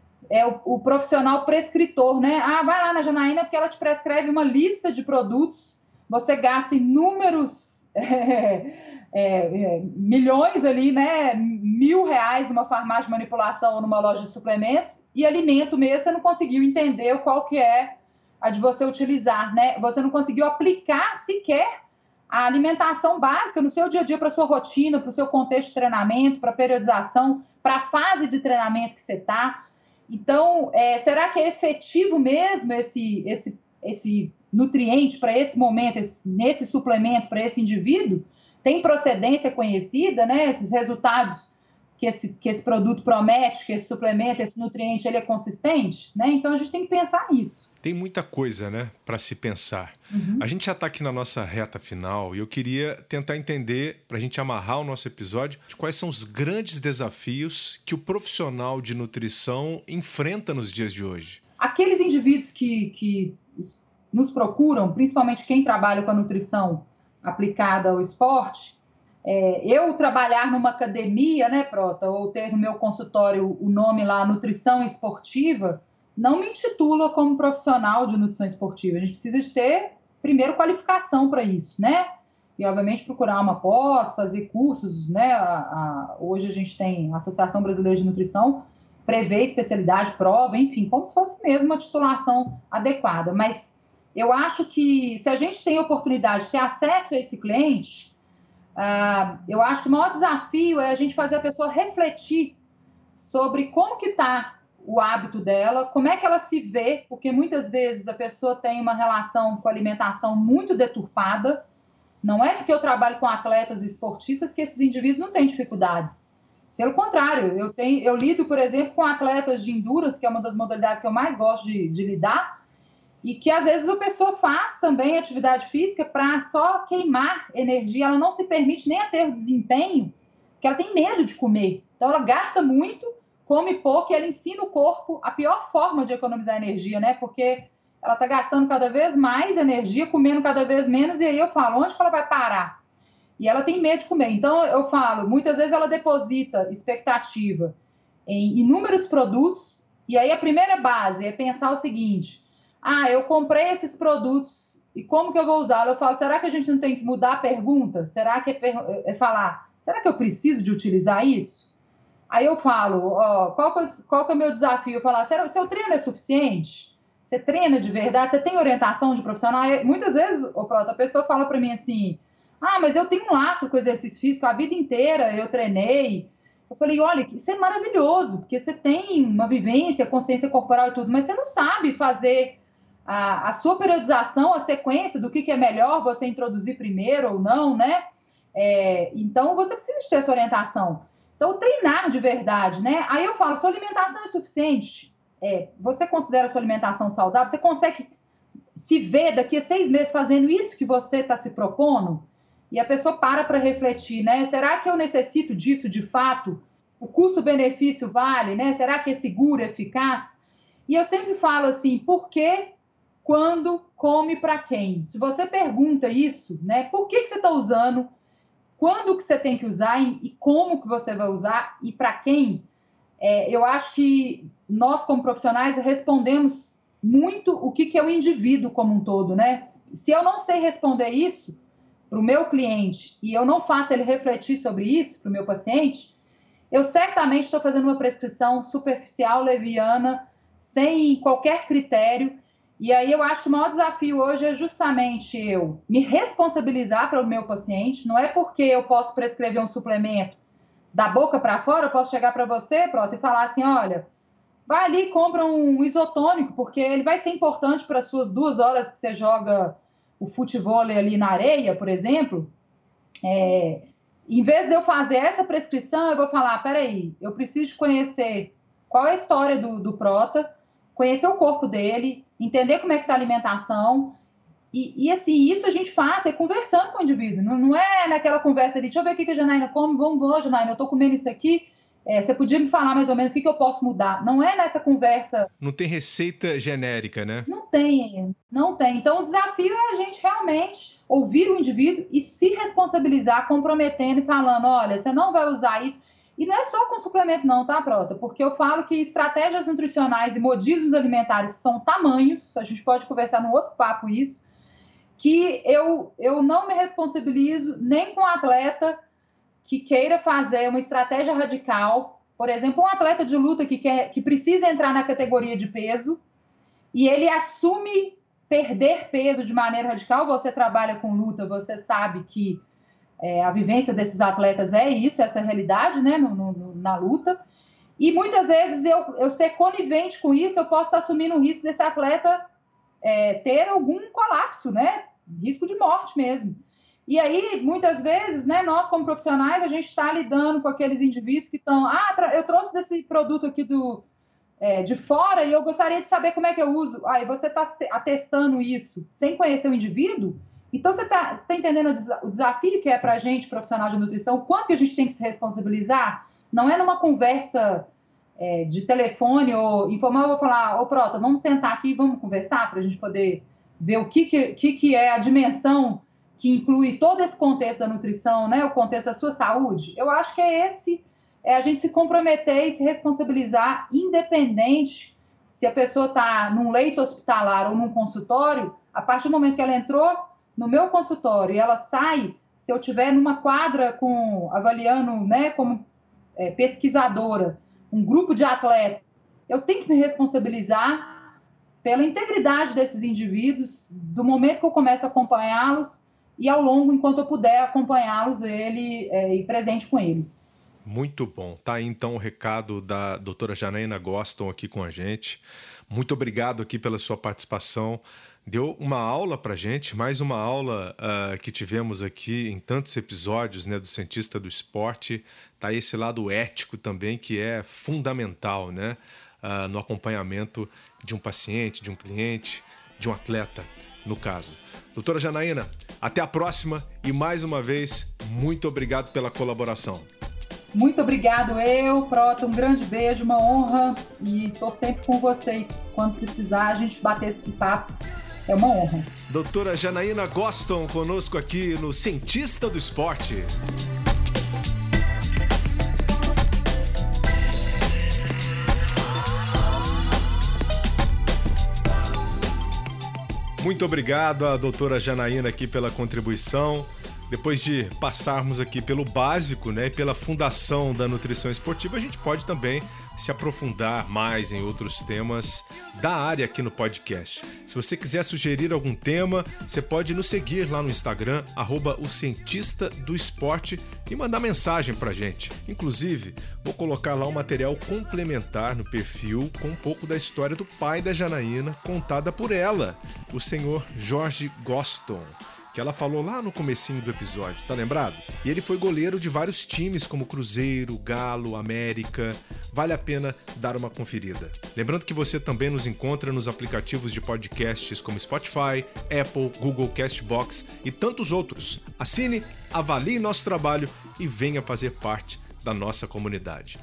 é o, o profissional prescritor, né? Ah, vai lá na Janaína porque ela te prescreve uma lista de produtos, você gasta inúmeros é, é, é, milhões ali, né? Mil reais numa farmácia de manipulação ou numa loja de suplementos, e alimento mesmo, você não conseguiu entender qual que é a de você utilizar, né? Você não conseguiu aplicar sequer a alimentação básica no seu dia a dia, para a sua rotina, para o seu contexto de treinamento, para a periodização, para a fase de treinamento que você está. Então, é, será que é efetivo mesmo esse, esse, esse nutriente para esse momento, esse, nesse suplemento para esse indivíduo? Tem procedência conhecida, né? Esses resultados que esse, que esse produto promete, que esse suplemento, esse nutriente, ele é consistente, né? Então, a gente tem que pensar nisso. Tem muita coisa, né, para se pensar. Uhum. A gente já está aqui na nossa reta final e eu queria tentar entender, para a gente amarrar o nosso episódio, quais são os grandes desafios que o profissional de nutrição enfrenta nos dias de hoje. Aqueles indivíduos que, que nos procuram, principalmente quem trabalha com a nutrição aplicada ao esporte, é, eu trabalhar numa academia, né, Prota, ou ter no meu consultório o nome lá, nutrição esportiva, não me intitula como profissional de nutrição esportiva. A gente precisa de ter, primeiro, qualificação para isso, né? E, obviamente, procurar uma pós, fazer cursos, né? A, a, hoje a gente tem a Associação Brasileira de Nutrição, prevê especialidade, prova, enfim, como se fosse mesmo uma titulação adequada. Mas eu acho que se a gente tem a oportunidade de ter acesso a esse cliente, uh, eu acho que o maior desafio é a gente fazer a pessoa refletir sobre como que está o hábito dela, como é que ela se vê, porque muitas vezes a pessoa tem uma relação com a alimentação muito deturpada. Não é porque eu trabalho com atletas e esportistas que esses indivíduos não têm dificuldades. Pelo contrário, eu, tenho, eu lido, por exemplo, com atletas de endurance, que é uma das modalidades que eu mais gosto de, de lidar, e que às vezes a pessoa faz também atividade física para só queimar energia, ela não se permite nem a ter o desempenho, porque ela tem medo de comer. Então ela gasta muito, come pouco, e ela ensina o corpo a pior forma de economizar energia, né? Porque ela está gastando cada vez mais energia, comendo cada vez menos, e aí eu falo, onde que ela vai parar? E ela tem medo de comer. Então eu falo, muitas vezes ela deposita expectativa em inúmeros produtos, e aí a primeira base é pensar o seguinte, ah, eu comprei esses produtos, e como que eu vou usá-los? Eu falo, será que a gente não tem que mudar a pergunta? Será que é, é falar, será que eu preciso de utilizar isso? Aí eu falo, ó, qual, que, qual que é o meu desafio? Eu falo, será, seu treino é suficiente? Você treina de verdade? Você tem orientação de profissional? E muitas vezes, ô, Prota, a pessoa fala para mim assim, ah, mas eu tenho um laço com exercício físico, a vida inteira eu treinei. Eu falei, olha, isso é maravilhoso, porque você tem uma vivência, consciência corporal e tudo, mas você não sabe fazer a, a sua periodização, a sequência do que, que é melhor você introduzir primeiro ou não, né? É, então, você precisa ter essa orientação. Então, treinar de verdade, né? Aí eu falo, sua alimentação é suficiente? É, você considera a sua alimentação saudável? Você consegue se ver daqui a seis meses fazendo isso que você está se propondo? E a pessoa para para refletir, né? Será que eu necessito disso de fato? O custo-benefício vale, né? Será que é seguro, eficaz? E eu sempre falo assim, por que, quando, como e para quem? Se você pergunta isso, né? Por que, que você está usando? Quando que você tem que usar e como que você vai usar e para quem? É, eu acho que nós, como profissionais, respondemos muito o que, que é o indivíduo como um todo, né? Se eu não sei responder isso para o meu cliente e eu não faço ele refletir sobre isso para o meu paciente, eu certamente estou fazendo uma prescrição superficial, leviana, sem qualquer critério. E aí eu acho que o maior desafio hoje é justamente eu me responsabilizar para o meu paciente. Não é porque eu posso prescrever um suplemento da boca para fora, eu posso chegar para você, pronto, e falar assim, olha, vai ali e compra um isotônico, porque ele vai ser importante para as suas duas horas que você joga o futevôlei ali na areia, por exemplo. É, em vez de eu fazer essa prescrição, eu vou falar, peraí, eu preciso conhecer qual é a história do, do Prota, conhecer o corpo dele, entender como é que está a alimentação, e, e assim, isso a gente faz é conversando com o indivíduo, não, não é naquela conversa ali, deixa eu ver o que a Janaína come, vamos, vamos, Janaína, eu tô comendo isso aqui, é, você podia me falar mais ou menos o que, que eu posso mudar, não é nessa conversa... Não tem receita genérica, né? Não tem, não tem, então o desafio é a gente realmente ouvir o indivíduo e se responsabilizar, comprometendo e falando, olha, você não vai usar isso. E não é só com suplemento não, tá, Prota? Porque eu falo que estratégias nutricionais e modismos alimentares são tamanhos, a gente pode conversar num outro papo isso, que eu, eu não me responsabilizo nem com um atleta que queira fazer uma estratégia radical. Por exemplo, um atleta de luta que, quer, que precisa entrar na categoria de peso e ele assume perder peso de maneira radical. Você trabalha com luta, você sabe que é, a vivência desses atletas é isso, essa realidade, né, no, no, na luta. E muitas vezes eu, eu ser conivente com isso, eu posso estar assumindo o risco desse atleta é, ter algum colapso, né, risco de morte mesmo. E aí, muitas vezes, né, nós como profissionais, a gente está lidando com aqueles indivíduos que estão, ah, eu trouxe desse produto aqui do, é, de fora e eu gostaria de saber como é que eu uso. Ah, e você está atestando isso sem conhecer o indivíduo? Então, você está tá entendendo o desafio que é para a gente, profissional de nutrição, o quanto que a gente tem que se responsabilizar? Não é numa conversa é, de telefone ou informal, eu vou falar, ô Prota, vamos sentar aqui e vamos conversar para a gente poder ver o que, que, que, que é a dimensão que inclui todo esse contexto da nutrição, né, o contexto da sua saúde. Eu acho que é esse, é a gente se comprometer e se responsabilizar, independente se a pessoa está num leito hospitalar ou num consultório, a partir do momento que ela entrou no meu consultório e ela sai, se eu estiver numa quadra com, avaliando, né, como é, pesquisadora, um grupo de atletas, eu tenho que me responsabilizar pela integridade desses indivíduos, do momento que eu começo a acompanhá-los e ao longo, enquanto eu puder acompanhá-los ele, é, e presente com eles. Muito bom. Tá aí então o recado da doutora Janaína Goston aqui com a gente. Muito obrigado aqui pela sua participação. Deu uma aula pra gente, mais uma aula uh, que tivemos aqui em tantos episódios, né, do Cientista do Esporte. Tá esse lado ético também que é fundamental, né, uh, no acompanhamento de um paciente, de um cliente, de um atleta, no caso. Doutora Janaína, até a próxima e mais uma vez, muito obrigado pela colaboração. Muito obrigado eu, Prota, um grande beijo, uma honra e estou sempre com você. Quando precisar, a gente bater esse papo, é uma honra. Doutora Janaína Goston conosco aqui no Cientista do Esporte. Muito obrigado à doutora Janaína aqui pela contribuição. depois de passarmos aqui pelo básico, né, e pela fundação da nutrição esportiva, a gente pode também se aprofundar mais em outros temas da área aqui no podcast. Se você quiser sugerir algum tema, você pode nos seguir lá no Instagram, arroba o Cientista do Esporte, e mandar mensagem pra gente. Inclusive, vou colocar lá um material complementar no perfil com um pouco da história do pai da Janaína, contada por ela, o senhor Jorge Goston, que ela falou lá no comecinho do episódio, tá lembrado? E ele foi goleiro de vários times como Cruzeiro, Galo, América. Vale a pena dar uma conferida. Lembrando que você também nos encontra nos aplicativos de podcasts como Spotify, Apple, Google Castbox e tantos outros. Assine, avalie nosso trabalho e venha fazer parte da nossa comunidade.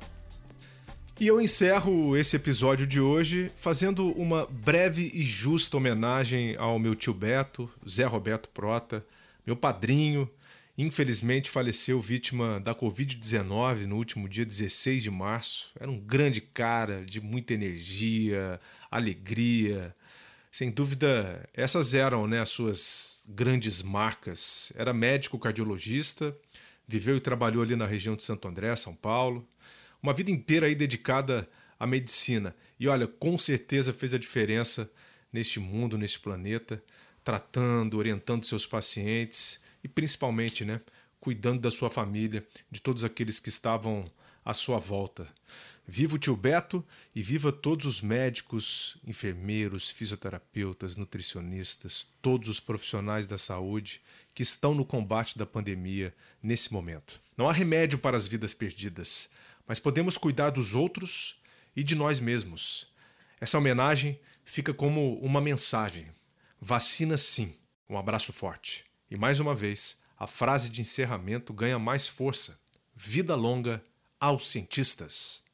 E eu encerro esse episódio de hoje fazendo uma breve e justa homenagem ao meu tio Beto, Zé Roberto Prota, meu padrinho. Infelizmente faleceu vítima da covid dezenove no último dia dezesseis de março. Era um grande cara, de muita energia, alegria. Sem dúvida, essas eram, né, as suas grandes marcas. Era médico cardiologista, viveu e trabalhou ali na região de Santo André, São Paulo. Uma vida inteira aí dedicada à medicina. E olha, com certeza fez a diferença neste mundo, neste planeta, tratando, orientando seus pacientes e principalmente, né, cuidando da sua família, de todos aqueles que estavam à sua volta. Viva o tio Beto e viva todos os médicos, enfermeiros, fisioterapeutas, nutricionistas, todos os profissionais da saúde que estão no combate da pandemia nesse momento. Não há remédio para as vidas perdidas, mas podemos cuidar dos outros e de nós mesmos. Essa homenagem fica como uma mensagem. Vacina sim. Um abraço forte. E mais uma vez, a frase de encerramento ganha mais força. Vida longa aos cientistas.